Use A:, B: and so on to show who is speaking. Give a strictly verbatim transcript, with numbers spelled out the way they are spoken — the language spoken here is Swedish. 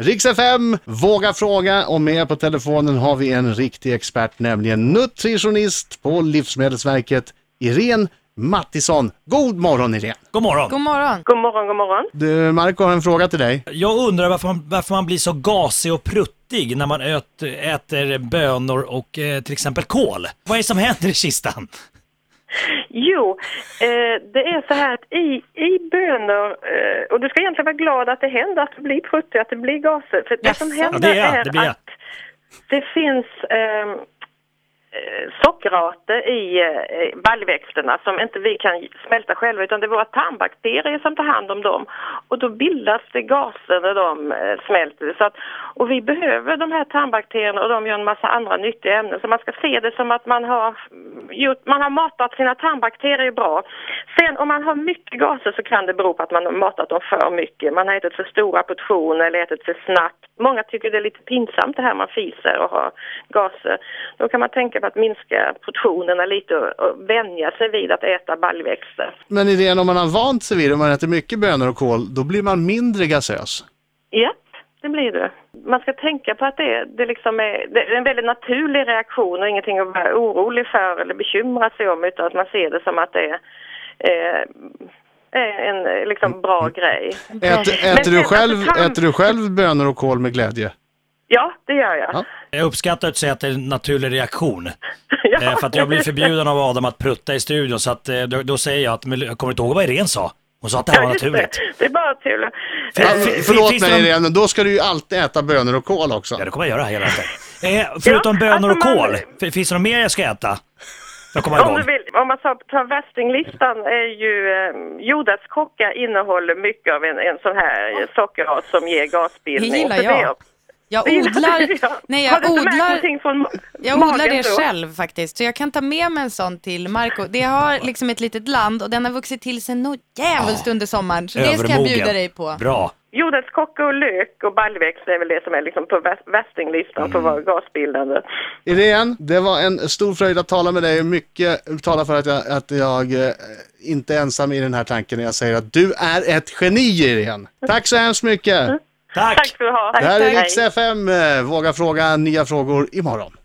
A: Rix F M, våga fråga, och med på telefonen har vi en riktig expert, nämligen nutritionist på Livsmedelsverket, Irene Mattisson. God morgon, Irene.
B: God morgon.
C: God morgon.
D: God morgon, god morgon.
A: Du, Marco har en fråga till dig.
B: Jag undrar varför man, varför man blir så gasig och pruttig när man ät, äter bönor och eh, till exempel kål. Vad är det som händer i kistan?
D: Jo, eh, det är så här att i, i bönor, eh, och du ska egentligen vara glad att det händer att det blir pruttig, att det blir gaser. För det som händer
B: ja, det är,
D: är,
B: det blir
D: att det finns eh, sockerarter i eh, baljväxterna som inte vi kan smälta själva, utan det är våra tarmbakterier som tar hand om dem, och då bildas det gaser när de eh, smälter. Så att, och vi behöver de här tarmbakterierna, och de gör en massa andra nyttiga ämnen, så man ska se det som att man har gjort, man har matat sina tarmbakterier bra. Sen om man har mycket gaser så kan det bero på att man har matat dem för mycket. Man har ätit för stora portioner eller ätit för snabbt. Många tycker det är lite pinsamt det här man fiser och har gaser. Då kan man tänka på att minska portionerna lite och, och vänja sig vid att äta baljväxter.
A: Men Irene, om man har vant sig vid det, om man äter mycket bönor och kål, då blir man mindre gasös.
D: Ja, det blir det. Man ska tänka på att det, det, liksom är, det är en väldigt naturlig reaktion och ingenting att vara orolig för eller bekymra sig om, utan att man ser det som att det är eh, en liksom bra mm. grej.
A: Äter, äter, du själv, äter du själv bönor och kål med glädje?
D: Ja, det gör jag. Ja.
B: Jag uppskattar att säga att det är en naturlig reaktion. ja. eh, för att jag blir förbjuden av Adam att prutta i studion, så att, eh, då, då säger jag att jag kommer inte ihåg vad Irene sa. Hon sa att det här
D: ja,
B: var naturligt.
D: Det. det är bara tur.
A: För, för, förlåt mig Irene, men då ska du ju alltid äta bönor och kål också.
B: Ja, det kommer jag göra hela tiden. Eh, förutom ja, bönor och
D: alltså
B: kål, man... finns det något mer jag ska äta?
D: Om, du vill, om man tar värstinglistan är ju eh, jordärtskocka innehåller mycket av en, en sån här sockerart som ger gasbildning.
C: Det gillar jag. Jag odlar, nej, jag odlar,
D: från
C: jag odlar det då? själv faktiskt. Så jag kan ta med mig en sån till Marco. Det har liksom ett litet land och den har vuxit till sig något jävligt under sommaren. Så det ska jag bjuda dig på.
B: Bra.
D: Jordärtskocka och lök och baljväxt är väl det som är liksom på värstinglistan mm. på vad gasbildande.
A: Irene, det var en stor fröjd att tala med dig. Mycket talar för att jag, att jag eh, inte är ensam i den här tanken när jag säger att du är ett geni, Irene. Tack så hemskt mycket. Mm.
B: Tack.
D: Tack ska du ha.
A: Det här är Rix F M. Våga fråga, nya frågor imorgon.